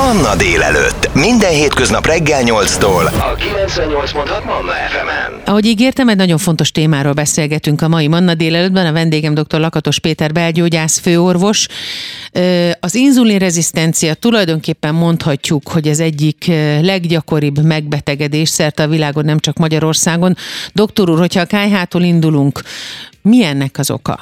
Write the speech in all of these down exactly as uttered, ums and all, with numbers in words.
Manna délelőtt. Minden hétköznap reggel nyolctól a kilencvennyolc pont hat Manna ef emen. Ahogy ígértem, egy nagyon fontos témáról beszélgetünk a mai Manna délelőttben. A vendégem dr. Lakatos Péter belgyógyász főorvos. Az inzulinrezisztencia tulajdonképpen mondhatjuk, hogy az egyik leggyakoribb megbetegedés szerte a világon, nem csak Magyarországon. Doktor úr, hogyha a kályhától indulunk, mi ennek az oka?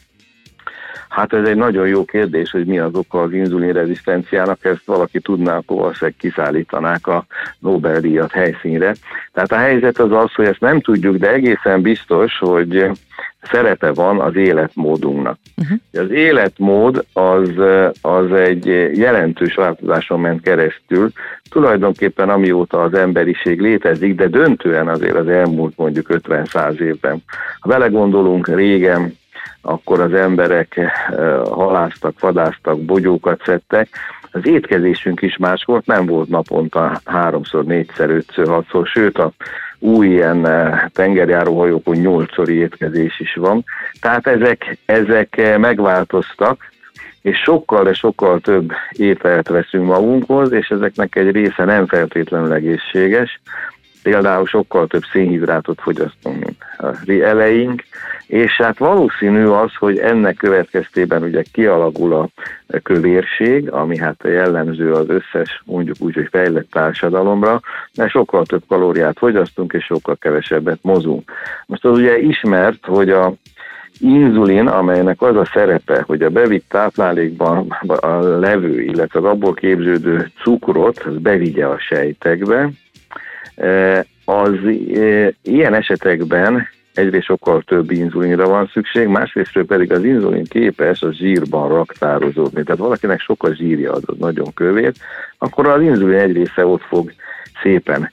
Hát ez egy nagyon jó kérdés, hogy mi az oka az inzulinrezisztenciának, ezt valaki tudná, akkor valószínűleg kiszállítanák a Nobel-díjat helyszínre. Tehát a helyzet az az, hogy ezt nem tudjuk, de egészen biztos, hogy szerepe van az életmódunknak. Uh-huh. Az életmód az, az egy jelentős változáson ment keresztül, tulajdonképpen amióta az emberiség létezik, de döntően azért az elmúlt mondjuk ötven-száz évben. Ha belegondolunk, régen akkor az emberek halásztak, vadásztak, bogyókat szedtek. Az étkezésünk is más volt, nem volt naponta háromszor, négyszer, ötször, hatszor, sőt a új ilyen tengerjáróhajókon nyolcszori étkezés is van. Tehát ezek, ezek megváltoztak, és sokkal, de sokkal több ételt veszünk magunkhoz, és ezeknek egy része nem feltétlenül egészséges. Például sokkal több szénhidrátot fogyasztunk, mint az eleink, és hát valószínű az, hogy ennek következtében ugye kialakul a kövérség, ami hát jellemző az összes, mondjuk úgy, hogy fejlett társadalomra, mert sokkal több kalóriát fogyasztunk, és sokkal kevesebbet mozunk. Most az ugye ismert, hogy a inzulin, amelynek az a szerepe, hogy a bevitt táplálékban a levő, illetve az abból képződő cukrot, az bevigye a sejtekbe, az ilyen esetekben egyrészt sokkal több inzulinra van szükség, másrésztről pedig az inzulin képes a zsírban raktározódni. Tehát valakinek sokkal zsírja az, az nagyon kövér, akkor az inzulin egy része ott fog szépen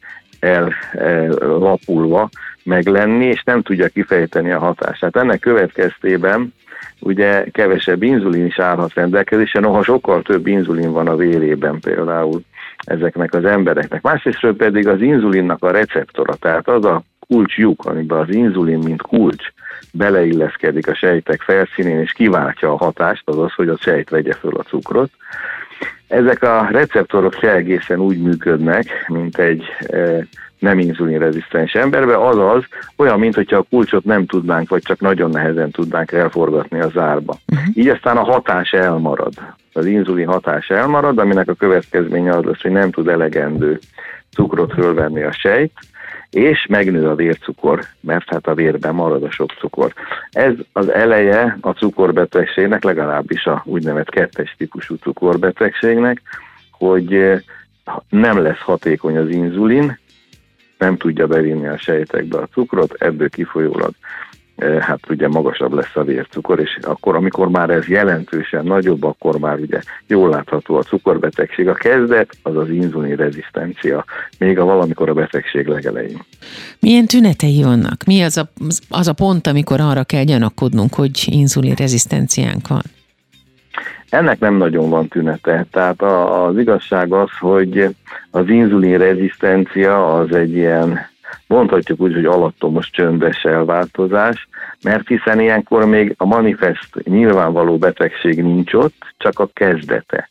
ellapulva meglenni, és nem tudja kifejteni a hatását. Ennek következtében ugye kevesebb inzulin is állhat rendelkezésre, noha sokkal több inzulin van a vérében például ezeknek az embereknek. Másrésztről pedig az inzulinnak a receptora, tehát az a kulcslyuk, amiben az inzulin, mint kulcs beleilleszkedik a sejtek felszínén, és kiváltja a hatást, azaz, hogy a sejt vegye föl a cukrot. Ezek a receptorok se egészen úgy működnek, mint egy e, nem inzulinrezisztens emberben, azaz olyan, mint hogyha a kulcsot nem tudnánk, vagy csak nagyon nehezen tudnánk elforgatni a zárba. Uh-huh. Így aztán a hatás elmarad. Az inzulin hatás elmarad, aminek a következménye az lesz, hogy nem tud elegendő cukrot fölvenni a sejt, és megnő a vércukor, mert hát a vérben marad a sok cukor. Ez az eleje a cukorbetegségnek, legalábbis a úgynevezett kettes típusú cukorbetegségnek, hogy nem lesz hatékony az inzulin, nem tudja bevinni a sejtekbe a cukrot, ebből kifolyólag hát ugye magasabb lesz a vércukor, és akkor, amikor már ez jelentősen nagyobb, akkor már ugye jól látható a cukorbetegség. A kezdet az az inzulinrezisztencia, még a valamikor a betegség legelején. Milyen tünetei vannak? Mi az a, az a pont, amikor arra kell gyanakodnunk, hogy inzulinrezisztenciánk van? Ennek nem nagyon van tünete. Tehát az igazság az, hogy az inzulinrezisztencia az egy ilyen, mondhatjuk úgy, hogy alattomos csöndes elváltozás, mert hiszen ilyenkor még a manifest nyilvánvaló betegség nincs ott, csak a kezdete.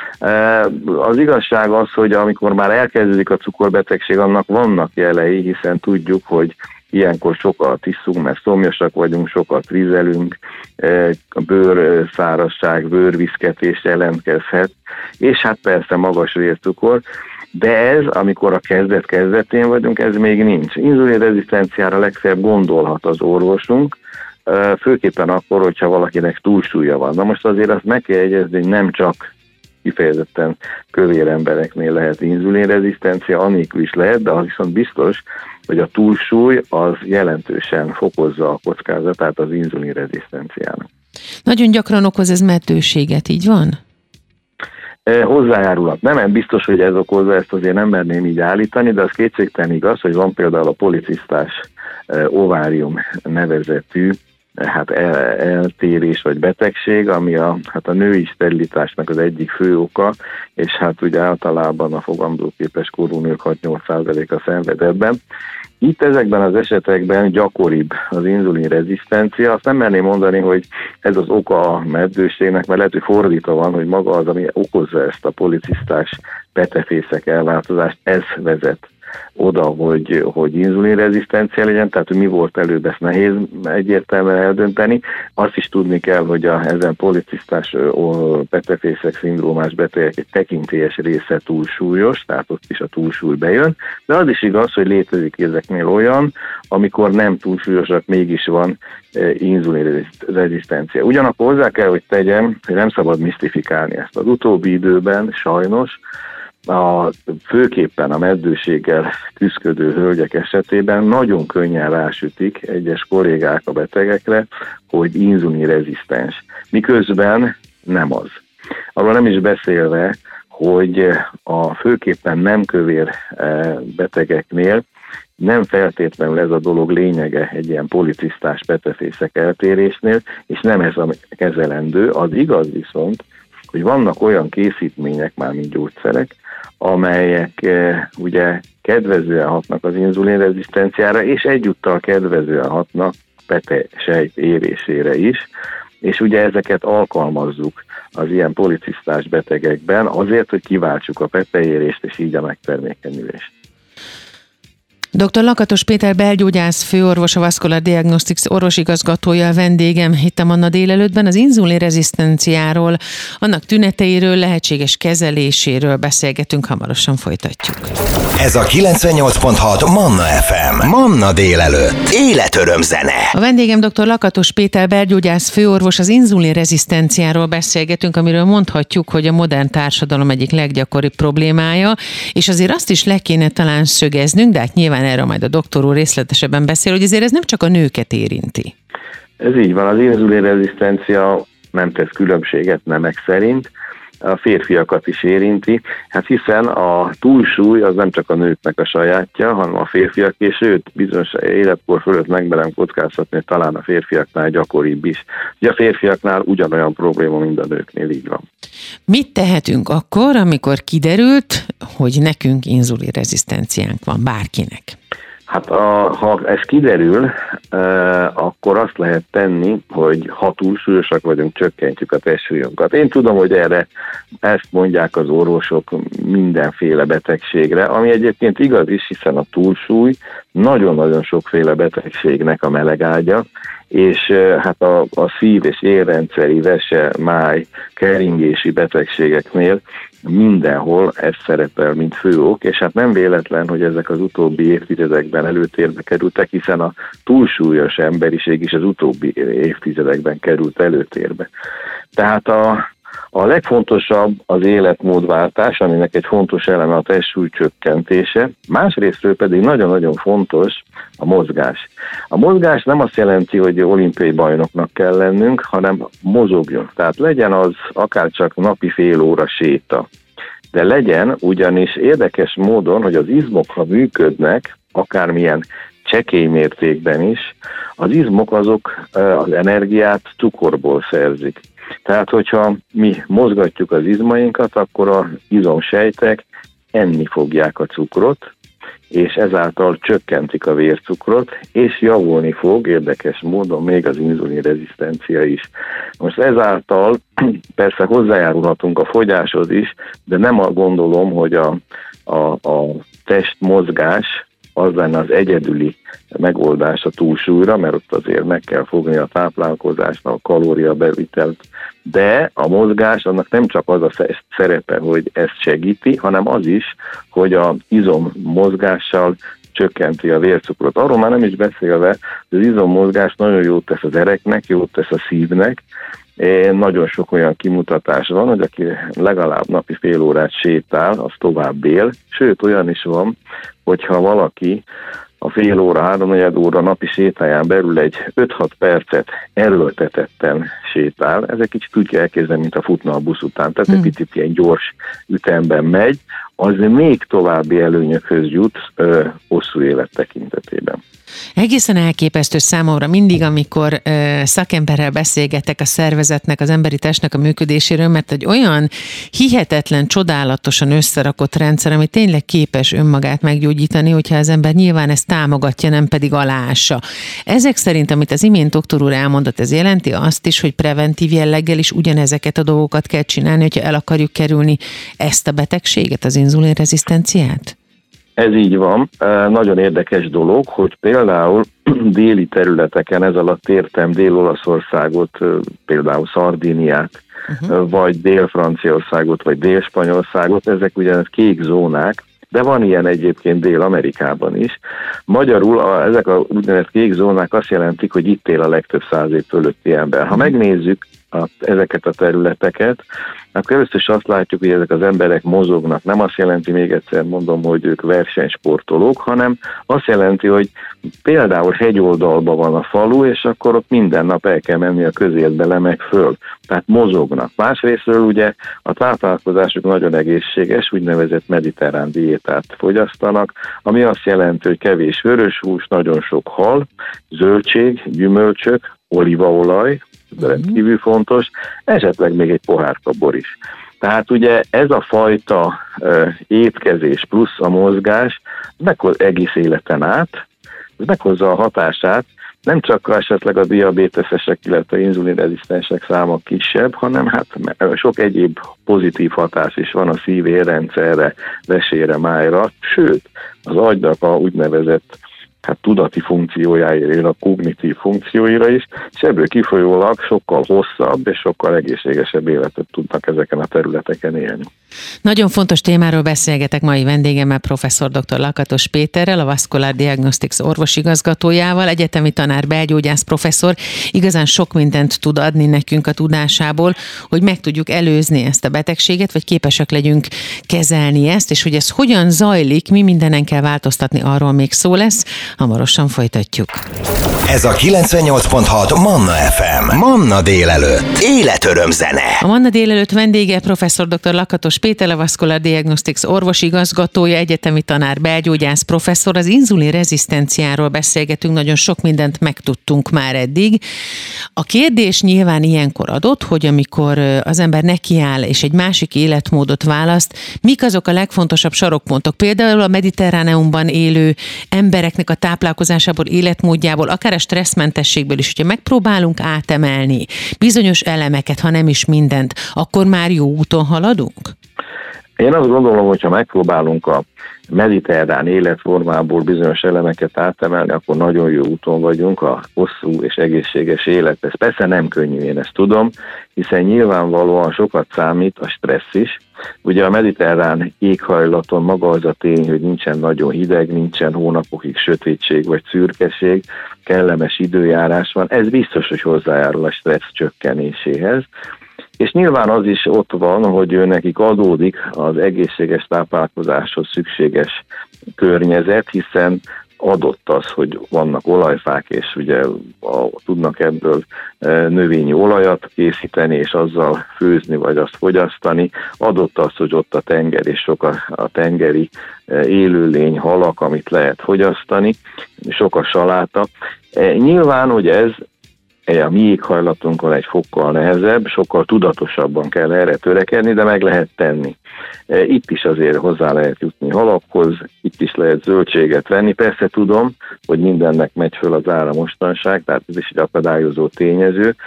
Az igazság az, hogy amikor már elkezdődik a cukorbetegség, annak vannak jelei, hiszen tudjuk, hogy ilyenkor sokat iszunk, mert szomjasak vagyunk, sokat vizelünk, a bőrszárazság, bőrviszketés jelentkezhet, és hát persze magas vércukor, de ez, amikor a kezdet-kezdetén vagyunk, ez még nincs. Inzulinrezisztenciára legfeljebb gondolhat az orvosunk, főképpen akkor, hogyha valakinek túlsúlya van. Na most azért azt meg kell jegyezni, hogy nem csak kifejezetten kövér embereknél lehet inzulinrezisztencia, anélkül is lehet, de az viszont biztos, hogy a túlsúly az jelentősen fokozza a kockázatát az inzulinrezisztenciának. Nagyon gyakran okoz ez meddőséget, így van? Hozzájárulhat. Nem biztos, hogy ez okozza, ezt azért nem merném így állítani, de az kétségtelen igaz, hogy van például a policisztás ovárium nevezetű hát el, eltérés vagy betegség, ami a, hát a női sterilitásnak az egyik fő oka, és hát ugye általában a fogamzóképes korú nők hat-nyolc százaléka szenved ebben. Itt ezekben az esetekben gyakoribb az inzulin rezisztencia. Azt nem merném mondani, hogy ez az oka a meddőségnek, mert lehet, hogy fordítva van, hogy maga az, ami okozza ezt a policisztás petefészek elváltozást, ez vezet oda, hogy, hogy inzulinrezisztencia legyen, tehát hogy mi volt előbb, ezt nehéz egyértelműen eldönteni. Azt is tudni kell, hogy a, ezen policisztás petefészek szindrómás betegek egy tekintélyes része túlsúlyos, tehát ott is a túlsúly bejön, de az is igaz, hogy létezik ezeknél olyan, amikor nem túlsúlyosak, mégis van e, inzulinrezisztencia. Ugyanakkor hozzá kell, hogy tegyem, hogy nem szabad misztifikálni ezt. Az utóbbi időben sajnos a, főképpen a meddőséggel küszködő hölgyek esetében nagyon könnyen rásütik egyes kollégák a betegekre, hogy inzulinrezisztens. Miközben nem az. Arról nem is beszélve, hogy a főképpen nem kövér betegeknél nem feltétlenül ez a dolog lényege egy ilyen policisztás petefészek eltérésnél, és nem ez a kezelendő. Az igaz viszont, hogy vannak olyan készítmények, már mint gyógyszerek, amelyek e, ugye kedvezően hatnak az inzulinrezisztenciára, és egyúttal kedvezően hatnak pete sejt érésére is, és ugye ezeket alkalmazzuk az ilyen policisztás betegekben azért, hogy kiváltsuk a peteérést, és így a megtermékenyülést. doktor Lakatos Péter belgyógyász, főorvos, a Vascular Diagnostics orvosigazgatója a vendégem itt a Manna délelőttben. Az inzulinrezisztenciáról, annak tüneteiről, lehetséges kezeléséről beszélgetünk, hamarosan folytatjuk. Ez a kilencvennyolc pont hat Manna ef em. Manna délelőtt. Életöröm zene. A vendégem doktor Lakatos Péter belgyógyász, főorvos, az inzulinrezisztenciáról beszélgetünk, amiről mondhatjuk, hogy a modern társadalom egyik leggyakoribb problémája, és azért azt is le kéne talán szögeznünk, de hát nyilván erről majd a doktor úr részletesebben beszél, hogy azért ez nem csak a nőket érinti. Ez így van, az inzulinrezisztencia nem tesz különbséget nemek szerint, a férfiakat is érinti, hát hiszen a túlsúly az nem csak a nőknek a sajátja, hanem a férfiak, és sőt, bizonyos életkor fölött megmerem kockáztatni, hogy talán a férfiaknál gyakoribb is. Ugye a férfiaknál ugyanolyan probléma, mint a nőknél, így van. Mit tehetünk akkor, amikor kiderült, hogy nekünk inzulinrezisztenciánk van, bárkinek? Hát a, ha ez kiderül, e, akkor azt lehet tenni, hogy ha túlsúlyosak vagyunk, csökkentjük a testsúlyunkat. Én tudom, hogy erre ezt mondják az orvosok mindenféle betegségre, ami egyébként igaz is, hiszen a túlsúly nagyon-nagyon sokféle betegségnek a melegágya, és hát a, a szív- és érrendszeri, vese, máj, keringési betegségeknél mindenhol ez szerepel, mint fő ok, és hát nem véletlen, hogy ezek az utóbbi évtizedekben előtérbe kerültek, hiszen a túlsúlyos emberiség is az utóbbi évtizedekben került előtérbe. Tehát a A legfontosabb az életmódváltás, aminek egy fontos eleme a testsúly csökkentése, másrésztről pedig nagyon-nagyon fontos a mozgás. A mozgás nem azt jelenti, hogy olimpiai bajnoknak kell lennünk, hanem mozogjon. Tehát legyen az akár csak napi fél óra séta. De legyen ugyanis érdekes módon, hogy az izmok, ha működnek, akármilyen csekély mértékben is, az izmok azok az energiát cukorból szerzik. Tehát, hogyha mi mozgatjuk az izmainkat, akkor az izomsejtek enni fogják a cukrot, és ezáltal csökkentik a vércukrot, és javulni fog érdekes módon még az inzulinrezisztencia is. Most ezáltal persze hozzájárulhatunk a fogyáshoz is, de nem gondolom, hogy a, a, a testmozgás az lenne az egyedüli megoldás a túlsúlyra, mert ott azért meg kell fogni a táplálkozásnak, a kalóriabevitelt, de a mozgás annak nem csak az a szerepe, hogy ezt segíti, hanem az is, hogy az izom mozgással csökkenti a vércukrot. Arról már nem is beszélve, hogy az izommozgás nagyon jót tesz az ereknek, jót tesz a szívnek. Nagyon sok olyan kimutatás van, hogy aki legalább napi fél órát sétál, az tovább él. Sőt, olyan is van, hogyha valaki a fél óra, háromnegyed óra napi sétáján belül egy öt-hat percet erőltetetten sétál, ez egy kicsit úgy kell elképzelni, mint a futna a busz után, tehát egy picit ilyen gyors ütemben megy, az még további előnyökhöz jut ö, hosszú élet tekintetében. Egészen elképesztő számomra mindig, amikor ö, szakemberrel beszélgetek a szervezetnek, az emberi testnek a működéséről, mert egy olyan hihetetlen, csodálatosan összerakott rendszer, ami tényleg képes önmagát meggyógyítani, hogyha az ember nyilván ezt támogatja, nem pedig aláássa. Ezek szerint, amit az imént doktor úr elmondott, ez jelenti azt is, hogy preventív jelleggel is ugyanezeket a dolgokat kell csinálni, hogyha el akarjuk kerülni ezt a betegséget, az inzulinrezisztenciát? Ez így van. Nagyon érdekes dolog, hogy például déli területeken, ez alatt értem Dél-Olaszországot, például Szardíniát, uh-huh. vagy Dél-Franciaországot, vagy Dél-Spanyolországot, ezek ugyanaz kék zónák, de van ilyen egyébként Dél-Amerikában is. Magyarul a, ezek a úgynevezett kék zónák azt jelentik, hogy itt él a legtöbb száz év fölötti ember. Ha megnézzük a, ezeket a területeket, akkor először is azt látjuk, hogy ezek az emberek mozognak. Nem azt jelenti, még egyszer mondom, hogy ők versenysportolók, hanem azt jelenti, hogy például hegyoldalban van a falu, és akkor ott minden nap el kell menni a közértbe le meg föl. Tehát mozognak. Másrésztről ugye a táplálkozásuk nagyon egészséges, úgynevezett mediterrán diétát fogyasztanak, ami azt jelenti, hogy kevés vörös hús, nagyon sok hal, zöldség, gyümölcsök, olívaolaj, de rendkívül fontos, esetleg még egy pohárka bor is. Tehát ugye ez a fajta uh, étkezés plusz a mozgás meghoz egész életen át, ez meghozza a hatását, nem csak esetleg a diabéteszesek, illetve inzulinrezisztensek száma kisebb, hanem hát sok egyéb pozitív hatás is van a szív-érrendszerre, vesére, májra, sőt, az agynak a úgynevezett hát tudati funkciójára, a kognitív funkcióira is, és ebből kifolyólag sokkal hosszabb és sokkal egészségesebb életet tudnak ezeken a területeken élni. Nagyon fontos témáról beszélgetek mai vendégemmel, professzor dr. Lakatos Péterrel, a Vascular Diagnostics orvosigazgatójával, egyetemi tanár, belgyógyász professzor. Igazán sok mindent tud adni nekünk a tudásából, hogy meg tudjuk előzni ezt a betegséget, vagy képesek legyünk kezelni ezt, és hogy ez hogyan zajlik, mi mindenen kell változtatni, arról még szó lesz. Hamarosan folytatjuk. Ez a kilencvennyolc pont hat Manna ef em. Manna délelőtt. Életöröm zene. A Manna délelőtt vendége professzor dr. Lakatos Péter, a Vascular Diagnostics orvosigazgatója, egyetemi tanár, belgyógyász professzor. Az inzulinrezisztenciáról beszélgetünk, nagyon sok mindent megtudtunk már eddig. A kérdés nyilván ilyenkor adott, hogy amikor az ember nekiáll és egy másik életmódot választ, mik azok a legfontosabb sarokpontok? Például a Mediterráneumban élő embereknek a táplálkozásából, életmódjából, akár a stresszmentességből is, hogyha megpróbálunk átemelni bizonyos elemeket, ha nem is mindent, akkor már jó úton haladunk? Én azt gondolom, hogyha megpróbálunk a mediterrán életformából bizonyos elemeket átemelni, akkor nagyon jó úton vagyunk a hosszú és egészséges élet. Ez persze nem könnyű, én ezt tudom, hiszen nyilvánvalóan sokat számít a stressz is. Ugye a mediterrán éghajlaton maga az a tény, hogy nincsen nagyon hideg, nincsen hónapokig sötétség vagy szürkeség, kellemes időjárás van, ez biztos, hogy hozzájárul a stressz csökkenéséhez. És nyilván az is ott van, hogy ő nekik adódik az egészséges táplálkozáshoz szükséges környezet, hiszen adott az, hogy vannak olajfák, és ugye a, tudnak ebből e, növényi olajat készíteni, és azzal főzni, vagy azt fogyasztani. Adott az, hogy ott a tenger, és sok a, a tengeri e, élőlény, halak, amit lehet fogyasztani, sok a saláta. E, nyilván, hogy ez a mi éghajlatunkon egy fokkal nehezebb, sokkal tudatosabban kell erre törekedni, de meg lehet tenni. Itt is azért hozzá lehet jutni halakhoz, itt is lehet zöldséget venni. Persze tudom, hogy mindennek megy föl az ára mostanság, tehát ez is egy akadályozó tényező.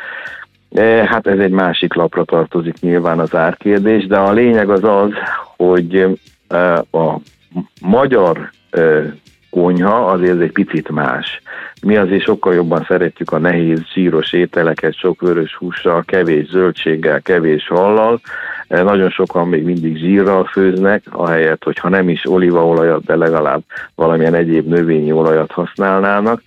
Hát ez egy másik lapra tartozik nyilván az árkérdés, de a lényeg az az, hogy a magyar konyha azért egy picit más. Mi azért sokkal jobban szeretjük a nehéz, zsíros ételeket, sok vörös hússal, kevés zöldséggel, kevés hallal. Nagyon sokan még mindig zsírral főznek, ahelyett, hogyha nem is olívaolajat, de legalább valamilyen egyéb növényi olajat használnának.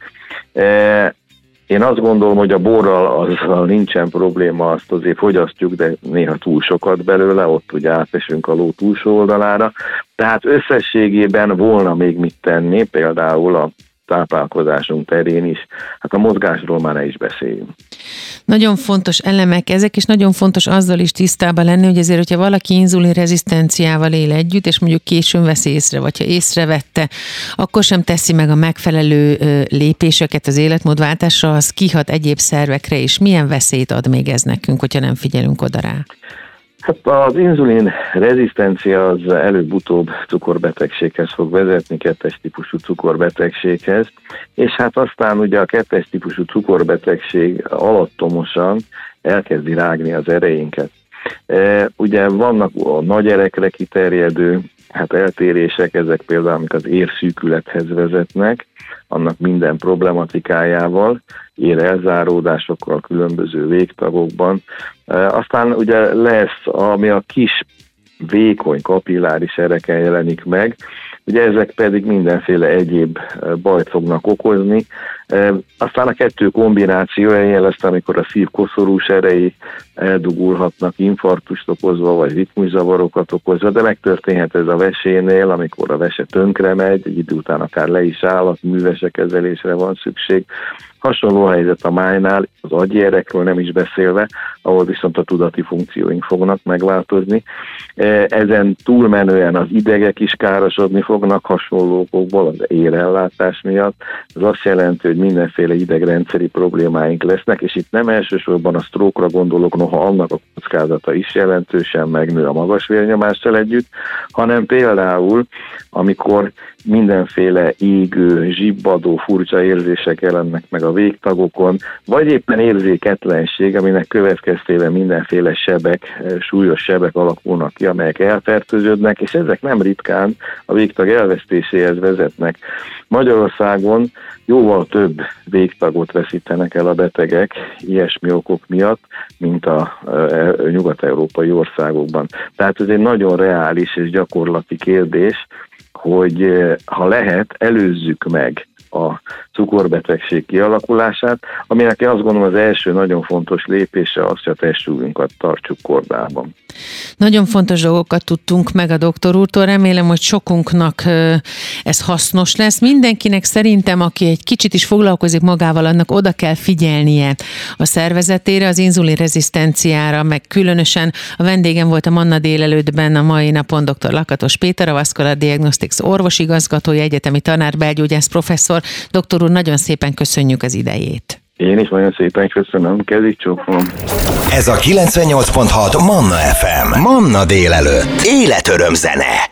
Én azt gondolom, hogy a borral azzal nincsen probléma, azt azért fogyasztjuk, de néha túl sokat belőle, ott ugye átesünk a ló túlsó oldalára. Tehát összességében volna még mit tenni, például a táplálkozásunk terén is. Hát a mozgásról már ne is beszéljünk. Nagyon fontos elemek ezek, és nagyon fontos azzal is tisztában lenni, hogy azért, hogyha valaki inzulinrezisztenciával él együtt, és mondjuk későn vesz észre, vagy ha észrevette, akkor sem teszi meg a megfelelő lépéseket az életmódváltásra, az kihat egyéb szervekre is. Milyen veszélyt ad még ez nekünk, hogyha nem figyelünk oda rá? Hát az inzulin rezisztencia az előbb-utóbb cukorbetegséghez fog vezetni, kettes típusú cukorbetegséghez, és hát aztán ugye a kettes típusú cukorbetegség alattomosan elkezdi rágni az ereinket. E, ugye vannak a nagy erekre kiterjedő hát eltérések, ezek például, amik az érszűkülethez vezetnek, annak minden problematikájával, ér elzáródásokkal különböző végtagokban. Aztán ugye lesz, ami a kis vékony kapilláris ereken jelenik meg, ugye ezek pedig mindenféle egyéb bajt fognak okozni. Aztán a kettő kombinációja ilyen lesz, amikor a szív koszorús erei eldugulhatnak infarktust okozva, vagy ritmuszavarokat okozva, de megtörténhet ez a vesénél, amikor a vese tönkre megy, egy idő után akár le is áll, művesekezelésre van szükség. Hasonló helyzet a májnál, az agyi erekről nem is beszélve, ahol viszont a tudati funkcióink fognak megváltozni. Ezen túlmenően az idegek is károsodni fognak hasonló okokból, az érellátás miatt. Ez azt jelenti, hogy mindenféle idegrendszeri problémáink lesznek, és itt nem elsősorban a sztrókra gondolok, noha annak a kockázata is jelentősen megnő a magas vérnyomással együtt, hanem például, amikor mindenféle égő, zsibbadó, furcsa érzések jelennek meg a végtagokon, vagy éppen érzéketlenség, aminek következtében mindenféle sebek, súlyos sebek alakulnak ki, amelyek elfertőződnek, és ezek nem ritkán a végtag elvesztéséhez vezetnek. Magyarországon jóval több végtagot veszítenek el a betegek ilyesmi okok miatt, mint a nyugat-európai országokban. Tehát ez egy nagyon reális és gyakorlati kérdés, hogy ha lehet, előzzük meg a cukorbetegség kialakulását, aminek én azt gondolom az első nagyon fontos lépése az, hogy a testsúlyunkat tartsuk kordában. Nagyon fontos dolgokat tudtunk meg a doktor úrtól, remélem, hogy sokunknak ez hasznos lesz. Mindenkinek szerintem, aki egy kicsit is foglalkozik magával, annak oda kell figyelnie a szervezetére, az inzulinrezisztenciára, meg különösen a vendégem volt a Manna délelőttben a mai napon dr. Lakatos Péter, a Vascular Diagnostics orvosigazgatója, egyetemi tanár, belgyógyász professzor. Doktor úr, nagyon szépen köszönjük az idejét. Én is nagyon szépen köszönöm, kezig csókolom. Ez a kilencvennyolc pont hat Manna ef em. Manna délelőtt. Életöröm zene.